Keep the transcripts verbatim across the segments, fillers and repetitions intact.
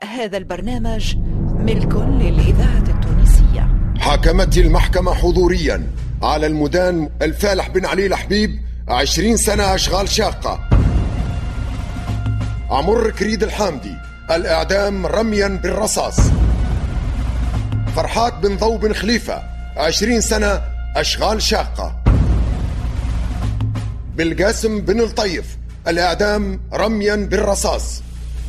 هذا البرنامج ملك للإذاعة التونسية. حكمت المحكمة حضوريا على المدان الفالح بن علي الحبيب عشرين سنة أشغال شاقة. عمر كريد الحامدي الإعدام رميا بالرصاص. فرحات بن ضو بن خليفة عشرين سنة أشغال شاقة. بالقاسم بن الطيف الإعدام رميا بالرصاص.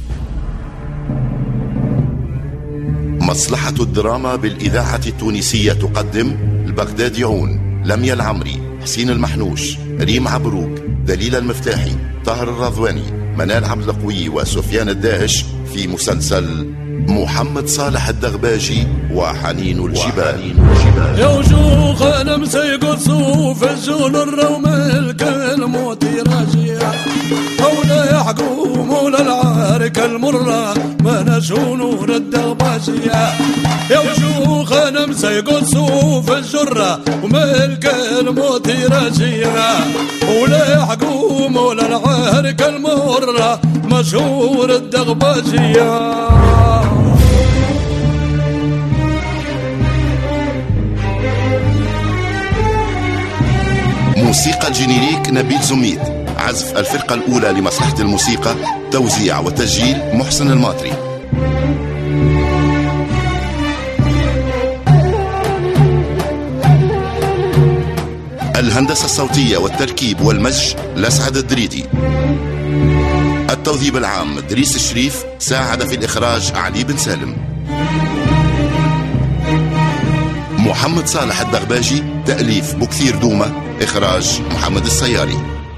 مصلحة الدراما بالإذاعة التونسية تقدم البغداديون، لميا العمري، حسين المحنوش، ريم عبروك، دليل المفتاحي، طاهر الرضواني، منال عبد القوي وسفيان الداهش في مسلسل محمد صالح الدغباجي وحنين الجبال. يا وجوخ انا مسيق الصوف الجون الروم الكلموت راجية ولا يحكم ولا العارك المرة ما نشونور الدغباجية. يا وجوخ انا مسيق الصوف الجرة وملك الموت راجية ولا يحكم ولا العارك المرة مشهور الدغباجية. موسيقى الجينيريك نبيل زميد، عزف الفرقة الأولى لمصلحة الموسيقى، توزيع وتسجيل محسن الماطري. الهندسة الصوتية والتركيب والمزج لسعد الدريدي. التوظيف العام دريس الشريف، ساعد في الإخراج علي بن سالم. محمد صالح الدغباجي، تأليف بكثير دومة، إخراج محمد السياري.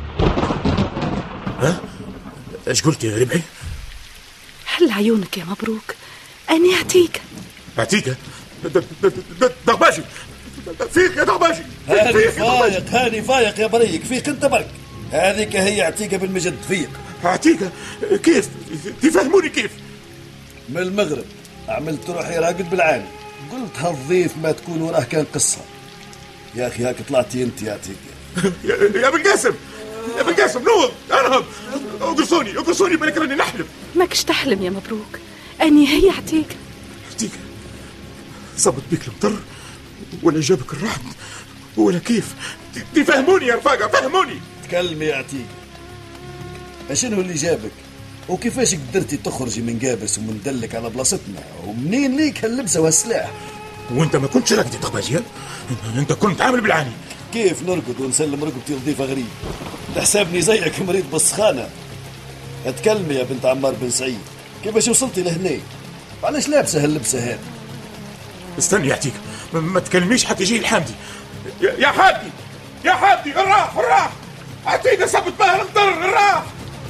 ها؟ ايش قلت يا ربعي؟ هل عيونك يا مبروك؟ أني أعطيك أعطيك؟ دغباجي فيك يا دغباجي. هاني فايق هاني فايق يا بريك، فيك انت برك. هذيك هي عتيقة بالمجد. فيك عتيقة كيف؟ تفهموني كيف؟ من المغرب عملت روحي راقد بالعالي، قلت هالضيف ما تكون وراه كان قصة. يا أخي هاك طلعتي انت يا عتيقة. يا ابن قاسم يا ابن قاسم نوض ارهب، اقرصوني اقرصوني بالك راني نحلم. ماكش تحلم يا مبروك، أني هي عتيقة. عتيقة صبت بيك المطر ولا جابك الرعد ولا كيف؟ تفهموني يا رفاقة، فهموني. تكلمي يا عتيقة، اشنو اللي جابك وكيفاش قدرتي تخرجي من قابس ومن دلك على بلاصتنا ومنين ليك هاللبسة والسلاح؟ وانت ما كنتش راقد يا دغباجي، انت كنت عامل بالعاني. كيف نرقد ونسلم رقبتي لضيفة غريب؟ تحسبني زيك مريض بالسخانة؟ اتكلمي يا بنت عمار بن سعيد، كيفاش وصلتي لهنا؟ علاش لابسة هاللبسة هذه؟ استني يا عتيقة، ما تكلميش حتى يجي الحامدي. يا حامدي يا حامدي، الراح الراح عتيقة سبت بها المطر، الراح.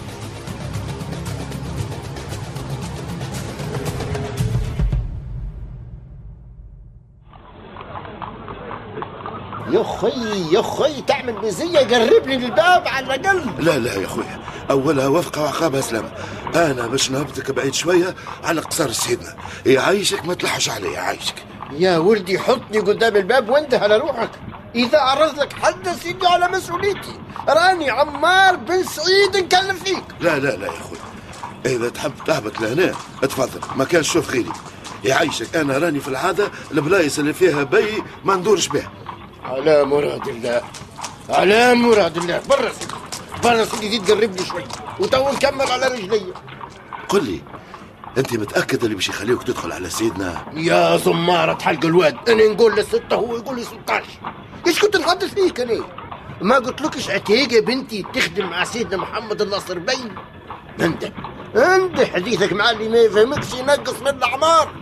يا خي يا خي تعمل بزية، قرب لي الباب على الأقل. لا لا يا أخويا، أولها وفقة وعقابها سلامة. أنا باش نهبطك بعيد شوية على قصار سيدنا، يعيشك ما تلحش عليه، يعيشك. يا ولدي حطني قدام الباب وانده على روحك، إذا عرض لك حد سيدي على مسؤوليتي. راني عمار بن سعيد نكلم فيك. لا لا لا يا أخويا، إذا تحب تهبط لهنا اتفضل، ما كان شوف غيري. يعيشك، أنا راني في العادة البلايص اللي فيها بي ما ندورش بها. على مراد الله على مراد الله. برا سيدي برا سيدي، تقرب لي شوي وتو نكمل على رجلي. قل لي، انت متأكد اللي باش يخليوك تدخل على سيدنا؟ يا زمارة حلق الواد، انا نقول لستة هو يقول لي ستاشر. ايش كنت نحدث فيك انا؟ ما قلت لكش عتيقة بنتي تخدم مع سيدنا محمد الناصر بي؟ انت انت حديثك مع اللي ما يفهمكش ينقص من الاعمار.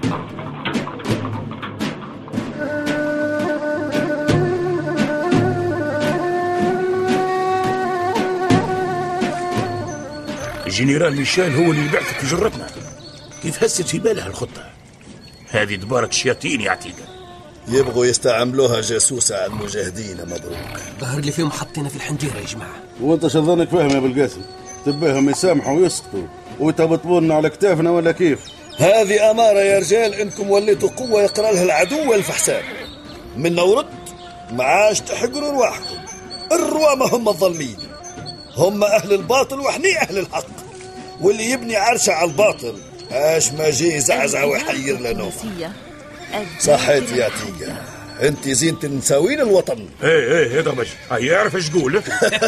الجنرال ميشيل هو اللي يبعثك في جرتنا. كيف هست في بالها الخطة هذه؟ دبارك الشياطين يا عتيقة، يبغوا يستعملوها جاسوسة على المجاهدين. مبروك، ظهر لي فيهم حاطينها في الحنجرة يا جماعة. وانت شظنك فاهم يا بالقاسم؟ تبيهم يسامحوا ويسقطوا ويتبطبوننا على كتافنا ولا كيف؟ هذه أمارة يا رجال انكم وليتوا قوة يقرأ لها العدو والفحسان. من ورد ما عاش تحقروا رواحكم. الروامة هم الظلمين، هم أهل الباطل وإحنا أهل الحق، واللي يبني عرشه على الباطل اش ما جي زعزع ويحير لنا. صحيت يا عتيقة، انت زينة النساوين الوطن. ايه ايه يا ضمج، يعرف ايش تقول.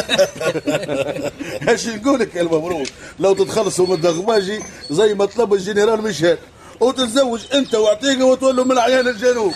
ايش نقولك يا المبروك؟ لو تتخلصوا من الدغماجي زي ما طلب الجنرال مشهد وتتزوج انت وعتيقة وتولوا من عيان الجنوب.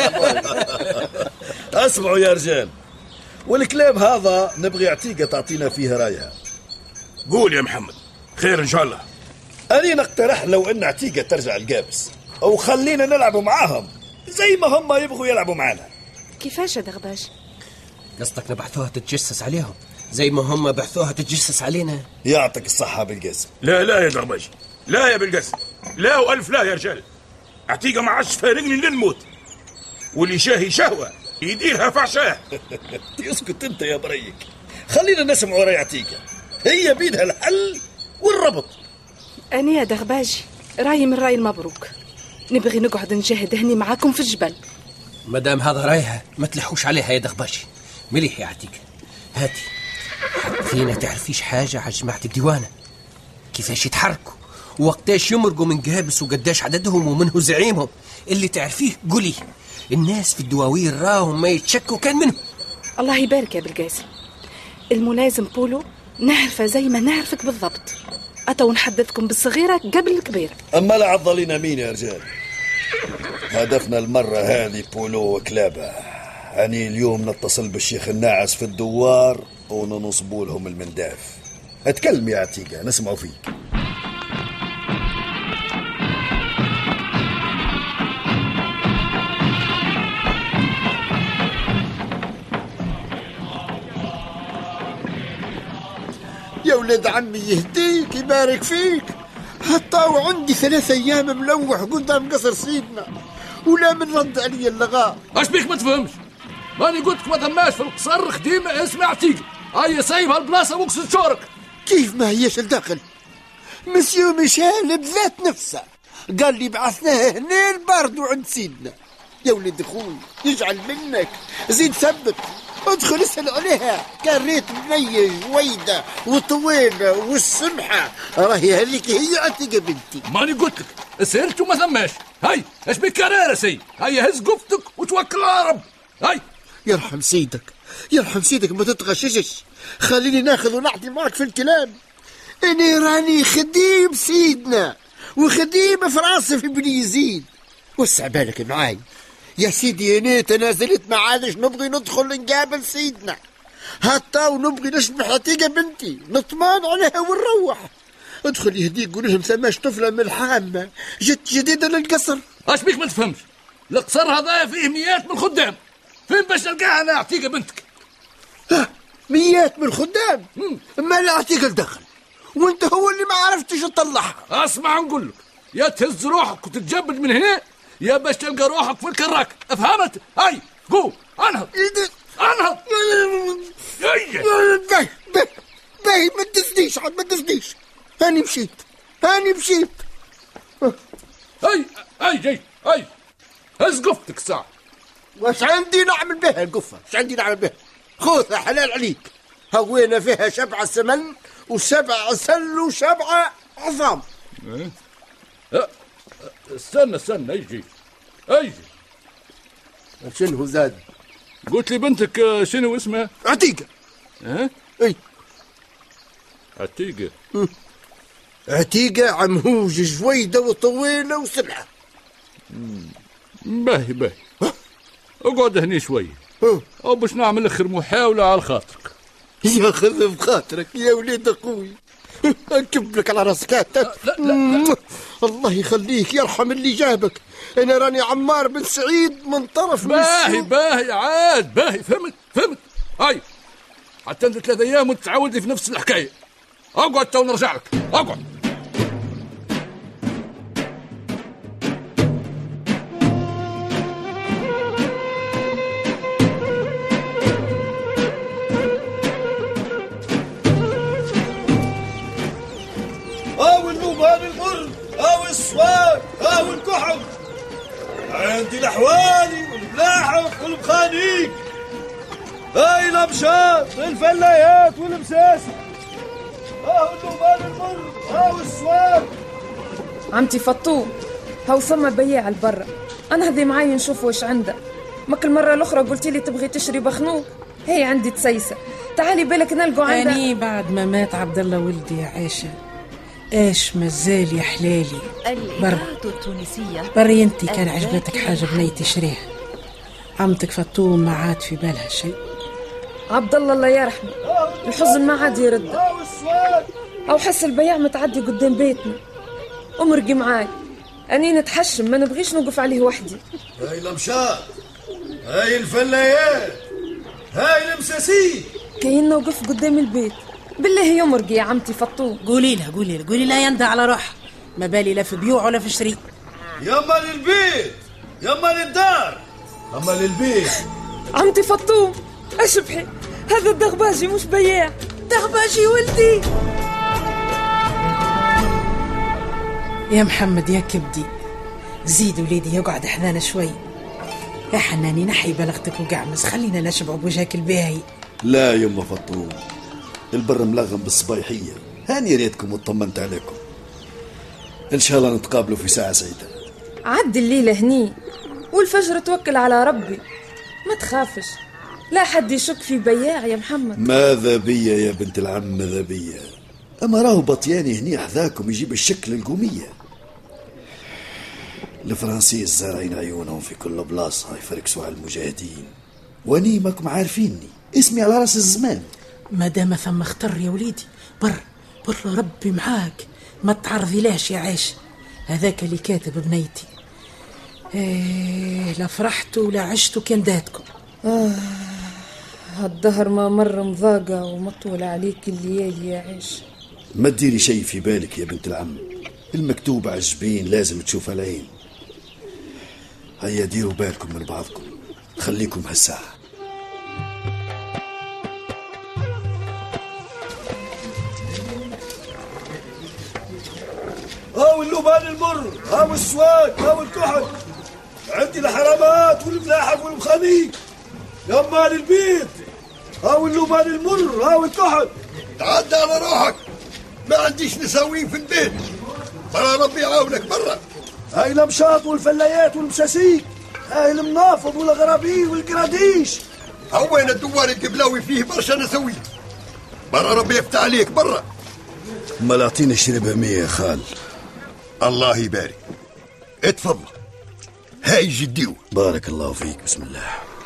اسمعوا يا رجال، والكلام هذا نبغي عتيقة تعطينا فيه رايها. قول يا محمد، خير ان شاء الله. أنا نقترح لو ان عتيقة ترجع القابس او خلينا نلعبوا معاهم زي ما هم يبغوا يلعبوا معنا. كيفاش يا دغباش؟ قصدك نبعثوها تتجسس عليهم زي ما هم بعثوها تتجسس علينا؟ يعطيك الصحة بالقاسم. لا لا يا دغباش، لا يا بالقاسم، لا والف لا يا رجال. عتيقة ما عادش فارقني للموت، واللي شاهي شهوة يديرها فعشاه. يسكت انت يا بريك، خلينا نسمع راي عتيقة، هي بيدها الحل والربط. أنا يا دغباجي رايي من راي المبروك، نبغي نقعد نجاهد هني معاكم في الجبل. مدام هذا رايها ما تلحوش عليها يا دغباشي. مليح يا عتيقة، هاتي فينا تعرفيش حاجة على جماعة الديوانة، كيفاش يتحركوا ووقتاش يمرقوا من قابس وقداش عددهم ومنه زعيمهم. اللي تعرفيه قولي، الناس في الدواوين راهم ما يتشكوا كان منهم. الله يبارك يا بالقاسم، الملازم بولو نعرفه زي ما نعرفك بالضبط، أتو نحدثكم بالصغيرة قبل الكبيرة. أما لا عضلين مين يا رجال، هدفنا المرة هذه بولو وكلابة. أني اليوم نتصل بالشيخ الناعس في الدوار وننصبوا لهم المنداف. اتكلم يا عتيقة نسمعوا فيك. يا ولد عمي يهديك يبارك فيك، حتى وعندي ثلاث ايام ملوح قدام قصر سيدنا ولا من رد علي اللغاء. اش بيك ما تفهمش؟ ماني قلتك ما ثماش في القصر خديمه اسمها عتيقة، هيا سايب هالبلاصه واقصد شورك. كيف ما هيش الداخل؟ مسيو ميشيل بذات نفسه قال لي بعثناه هنا البرد عند سيدنا. يا ولد خوي يجعل منك زيد ثبت، ادخل اسأل عليها، كان ريت بنية جويدة وطويلة والسمحة، راهي هذيك هي عتيقة بنتي. ماني قلت لك سهلت وما ثماش. هاي اش بك كرارة سي، هيا هز قفتك وتوكل على رب. هاي يرحم سيدك، يرحم سيدك ما تتغششش، خليني ناخذ ونعطي معك في الكلام. اني راني خديم سيدنا وخديم في راسي في بني يزيد. وسع بالك معاي يا سيدي، انا تنازلت ما عادش نبغي ندخل نقابل سيدنا، حتى ونبغي نشبح عتيقة بنتي نطمان عليها ونروح. ادخل يهديك قول لهم ثماش طفلة من الحامة جت جديدة للقصر. اش بيك ما تفهمش؟ القصر هذا فيه مئات من الخدام، فين باش نلقاها انا عتيقة بنتك؟ ها مئات من الخدام؟ ما لا عتيقة الدخل وانت هو اللي ما عرفتش تطلعها. اسمع نقول لك، يا تهز روحك وتتجبد من هنا يا باش تلقى روحك في الكراك، افهمت؟ هاي قوم انهض انهض. باهي باهي باهي ما تدزنيش عاد ما تدزنيش، هاني مشيت هاني مشيت. هاي هاي جاي هاي هز قفتك ساعة. واش عندي نعمل بها القفة؟ واش عندي نعمل بها؟ خذها حلال عليك، هوينا فيها سبعة سمن وسبع عسل وسبعة عظام. اه اه استنى استنى ايجي ايجي. شنو زاد؟ قلت لي بنتك شنو اسمها؟ عتيقة. اه اي عتيقة. عتيقة عمهوج جويدة وطويلة وسبعة. باهي باهي اقعد هني شوي او باش نعمل اخر محاولة على خاطرك. ياخذ بخاطرك يا وليد اخوي، نكب لك على راسك. لا لا لا. الله يخليك يرحم اللي جابك، انا راني عمار بن سعيد من طرف باهي باهي عاد باهي فهمت فهمت. هاي حتى انت ثلاث ايام وتتعود لي في نفس الحكايه. اقعد تو نرجع لك، اقعد. هاو النوبان المر، هاو الصواب، هاو الكحل، عندي الحوالي والملاحق والمخانيق، هاي الابشار الفلايات والمساسي، هاو النوبان المر، هاو الصواب، عمتي فطوم، هاو ثم بياع البرة، أنا هذي معاي نشوف واش عنده. ماك المرة الأخرى قلتي لي تبغي تشري بخنوق، هي عندي تسيسة، تعالي بالك نلقوا عندها. أني بعد ما مات عبد الله ولدي يا عائشة ايش مازال يا حلالي برا بري انتي كان عجبتك حاجة بنيتي شريها، عمتك فطوم ما عاد في بالها شيء. عبد الله الله يرحمه الحزن ما عاد يرد، أو حس البياع متعدي قدام بيتنا. أمرقي معاي أني نتحشم، ما نبغيش نوقف عليه وحدي. هاي المشاط، هاي الفلايات، هاي المساسين، كاين نوقف قدام البيت. بالله يمرقي يا عمتي فطوم. قولي له قولي له قولي له يندى على روح، ما بالي لا في بيوع ولا في شري. يما للبيت، يما للدار، يما للبيت. عمتي فطوم اشبحي، هذا الدغباجي مش بياع، دغباجي ولدي. يا محمد يا كبدي زيد وليدي يقعد حذانا شوي. يا حناني نحي بلغتك وقعمز، خلينا نشبع بوجهك الباهي. لا يما فطوم، البر ملغم بالصبايحية، هاني ريتكم وطمنت عليكم. إن شاء الله نتقابلوا في ساعة سعيدة. عد الليلة هني والفجر توكل على ربي، ما تخافش، لا حد يشك في بياع يا محمد. ماذا بيا يا بنت العم ماذا بيا، أما راهو بطياني هني حذاكم يجيب الشكل القومية. الفرنسيس زارعين عيونهم في كل بلاصة يفركسوا على المجاهدين، واني ماكم عارفيني اسمي على راس الزمان. ما دام ثم اختر يا وليدي، بر بر ربي معاك، ما تعرضي لاش يا عيش، هذاك اللي كاتب بنيتي. ايه لا فرحتوا ولا عشتوا كان داتكم. آه هالدهر ما مر مضاقة ومطول عليك الليالي يا عيش. ما تديري شيء في بالك يا بنت العم، المكتوب على الجبين لازم تشوف العين. هيا ديروا بالكم من بعضكم، خليكم هالساعة. هاو اللبان المر، هاو السواد، هاو الكحل، عندي الحرامات والملاحق والمخانيق. يا مال البيت، هاو اللبان المر، هاو الكحل. تعدى على روحك، ما عنديش نساوين في البيت، برا ربي يعاونك برا. هاي المشاط والفلايات والمساسيك، هاي المنافض والغرابيل والقراديش. هو وين الدوار القبلاوي فيه برشا نساوين، برا ربي يفتح عليك برا. ما اعطيني شربها مية يا خال. الله يبارك، اتفضل هاي جديو. بارك الله فيك، بسم الله.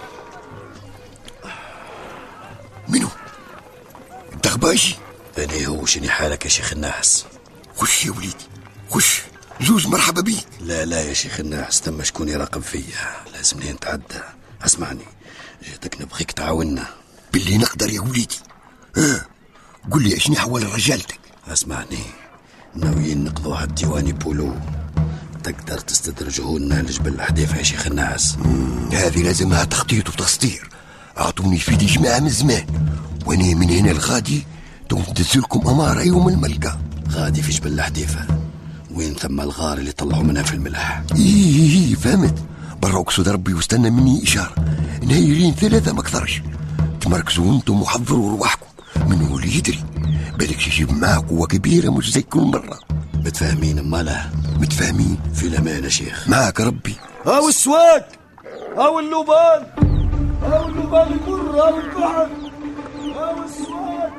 منو؟ الدغباجي؟ أنا هو. شني حالك يا شيخ الناحس؟ خش يا وليدي خش، زوز مرحبا بيك. لا لا يا شيخ الناحس، تم شكون يراقب فيا، لازمني نتعدى. اسمعني، جيتك نبغيك تعاوننا. باللي نقدر يا وليدي. ها قل لي اشني حول رجالتك. اسمعني، ناويين نقضوا هالديواني بولو، تقدر تستدرجهولنا لجبل الأحداث يا شيخ الناس؟ هذه لازمها تخطيط وتسطير، اعطوني في دي جماعة من زمان، وانا من هنا الغادي تندز لكم امارة يوم الملقى. غادي في جبل الأحداثة، وين ثم الغار اللي طلعوا منها في الملح. ايه ايه فهمت، برا اقصد ربي واستنى مني اشارة، نهيرين ثلاثة ما اكثرش، تمركزوا انتم وحضروا رواحكم، من هو اللي يدري بالك يجيب معاه قوة كبيرة مش زي كل مرة. متفاهمين اماله؟ متفاهمين في الامان يا شيخ. معاك ربي. هاو السواق، هاو اللوبان، هاو اللوبان المر، هاو الكحل، هاو السواق.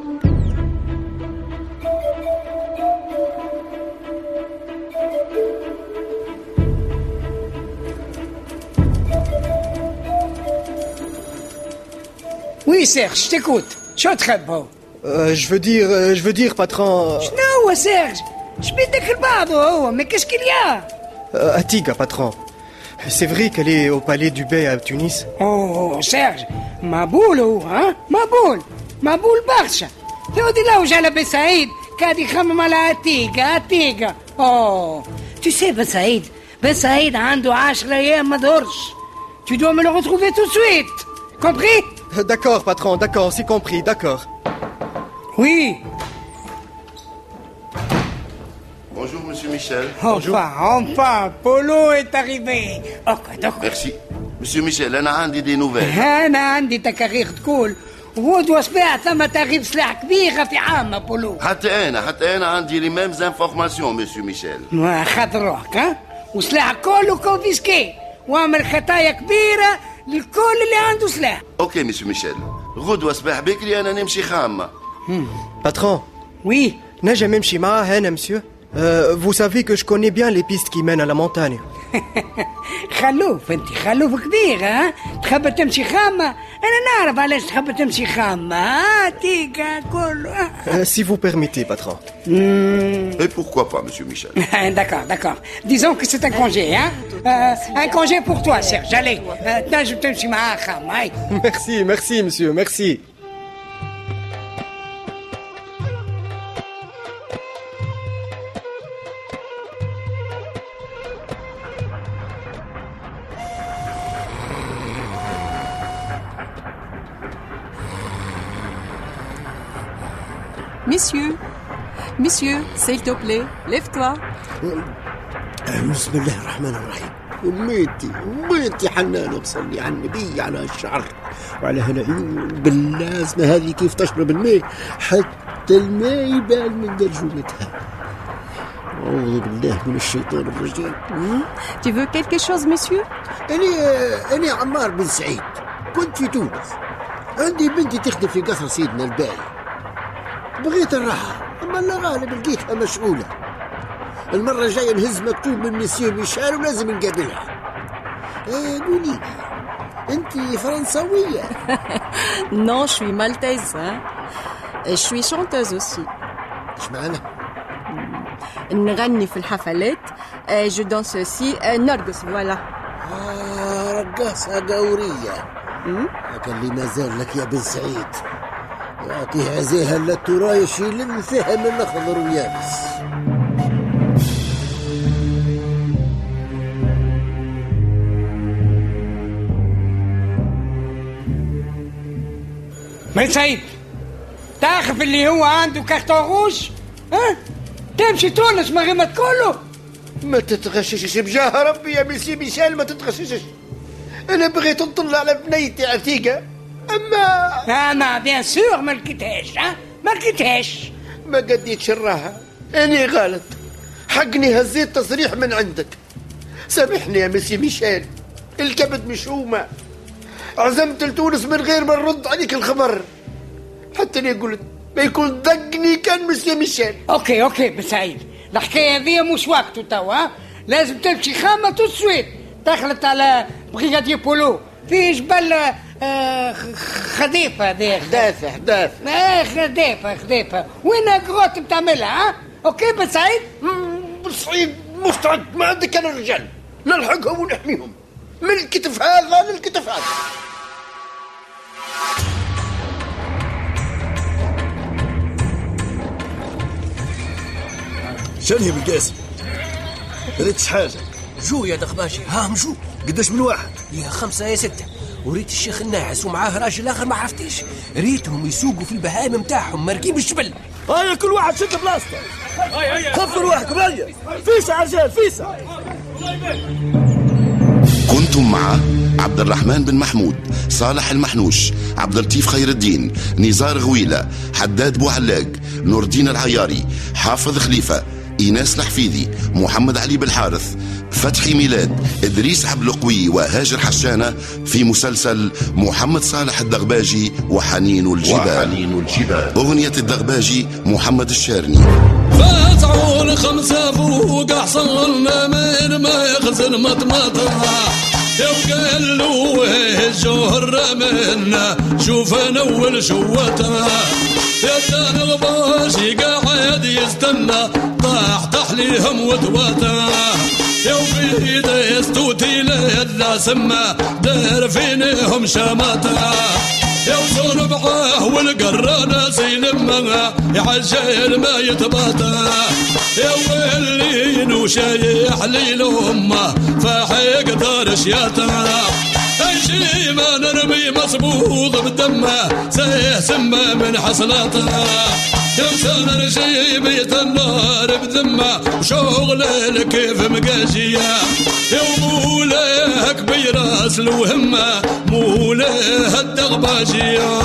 Oui Serge, je t'écoute. شو تخبوا؟ Euh, je veux dire, euh, je veux dire, patron... شنو هو سيرج؟ شبيدك البعض هو ما كاش كليا. Euh, Atiga, patron. C'est vrai qu'elle est au palais du Bey à Tunis. Oh, Serge, مابول هو ها؟ مابول مابول برشا. يودي لوج على بن سعيد كاد يخمم على أتيكا أتيكا. أوه tu sais بن سعيد بن سعيد عنده عشرة أيام ما ظهرش. Tu dois me le retrouver tout de suite. Compris? D'accord, patron, d'accord, c'est compris, d'accord. Oui. Bonjour, monsieur Michel. Enfin, enfin, Polo est arrivé. Oh, Merci. Monsieur Michel, أنا عندي des nouvelles. أنا عندي تكارير تقول غدوة صباح ثم تغيب سلاح كبيرة في عامة بولو. حتى انا حتى انا عندي لي ميم انفورماسيون مسيو ميشيل. ما خذ روحك ها، وسلاح كله كونفيسكي، وعمل خطايا كبيرة للكل اللي عنده سلاح. اوكي مسيو ميشيل، غدوة صباح بكري انا نمشي خامة. Patron. Oui. نجم نمشي معاه هنا مسيو. Euh, vous savez que je connais bien les pistes qui mènent à la montagne. خلوف انت خلوف كبير ها، تحب تمشي خامة؟ انا نعرف علاش تحب تمشي خامة ها، تيكا كله. Euh, si vous permettez, patron. Et pourquoi pas, monsieur Michel? D'accord, d'accord. Disons que c'est un congé, hein. Euh, un congé pour toi, Serge. Allez, تنجم تمشي معاه خامة. هاي. Merci, merci, monsieur, merci. Monsieur, monsieur, s'il te plaît, lève-toi. بسم الله الرحمن الرحيم. أميتي أميتي حنان وصلي على النبي على الشعر وعلى هالعيون باللازمة هذه كيف تشرب الماء حتى الماء يبان من درجولتها. أعوذ بالله من الشيطان الرجيم. Tu veux quelque chose, monsieur? أنا أنا عمار بن سعيد، كنت في تونس، عندي بنتي تخدم في قصر سيدنا الباي، بغيت الراحة أما لا غالب لقيتها مشغولة. المرة الجاية نهز مكتوب من مسيو ميشيل ولازم نقابلها. ايه قولي لي انت فرنسوية؟ Non, je suis maltaise. Hein? Je suis chanteuse aussi. ايش معنى؟ نغني في الحفلات. Je danse aussi. نرقص voilà. آه رقاصة قورية. لكن اللي ما زال لك يا بن سعيد يعطيه عزيها للترا يشيل فيها من الأخضر ويابس. بن سعيد تاخف اللي هو عنده كارتون روج ها، تمشي تونس من غير ما تقوله. ما تتغششش بجاه ربي يا ميسي ميشيل، ما تتغششش. انا بغيت نطلع على بنيتي عتيقة اما اما بيان سور ما لقيتهاش. ها ما لقيتهاش، ما قديتش الراحة. اني غلط حقني هزيت تصريح من عندك، سامحني يا ميسي ميشيل. الكبد مشومة، عزمت لتونس من غير ما نرد عليك الخبر. حتى انا قلت ما يكون دقني كان مسيو ميشيل. اوكي اوكي بن سعيد، الحكايه هذه مش وقته توا. لازم تمشي خامه تسويت. دخلت على بريغادير بولو في جبل آه خديفه. هذه حداثه حداثه اه خديفه خديفه وين كروت بتعملها؟ ها اوكي بن سعيد. بن سعيد مستعد، ما عندك انا الرجال نلحقهم ونحميهم من الكتف هذا للكتف هذا. شنو يا بالقاسم؟ ريتش حاجة؟ جو يا دغباشي. ها جو قداش من واحد؟ يا خمسة يا ستة. وريت الشيخ الناعس ومعاه راجل آخر ما عرفتيش، ريتهم يسوقوا في البهائم متاعهم ماركين بالجبل. هيا كل واحد شد بلاصته. خفوا روحكم. هيا فيسع يا رجال فيسع. كنتم مع عبد الرحمن بن محمود، صالح المحنوش، عبد اللطيف خير الدين، نزار غويلة، حداد بوعلاق، نور الدين العياري، حافظ خليفة، إيناس الحفيدي، محمد علي بالحارث، فتحي ميلاد، إدريس عبد القوي وهاجر حشانة في مسلسل محمد صالح الدغباجي وحنين الجبال. وحنين الجبال. أغنية الدغباجي محمد الشارني. فاتعون خمسة فوق حصلنا من ما يخزن مطمطها يبقى له الجهر منا شوف نول شوتها يا الدغباجي قاعد يستنى طاح تحليهم ودواتها يا وفي دستوتي لا سما دار فينهم شماتها يا وصور بعاه والقرانة سيلمها يعجل ما يتباتا يا ويلين وشايح ليل أمه فحيق دار شياتها أي ما نرمي مصبوط بدمه سيه سمه من حصلاتها يمسان رجي بيت النار بذمه وشغل كيف مقاجيه يا مولاك بي راس الوهمة مولاه الدغباجية.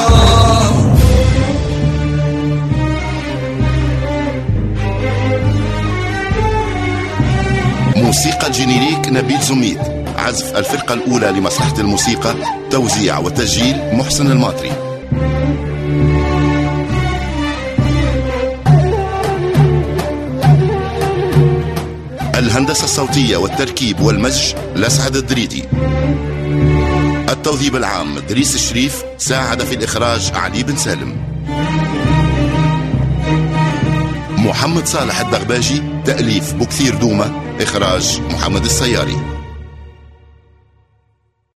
موسيقى الجينيريك نبيل زميد، عزف الفرقة الأولى لمصلحة الموسيقى، توزيع وتسجيل محسن الماطري. الهندسة الصوتية والتركيب والمزج لسعد الدريدي. التوظيف العام دريس الشريف، ساعد في الإخراج علي بن سالم. محمد صالح الدغباجي، تأليف بكثير دومة، إخراج محمد السياري.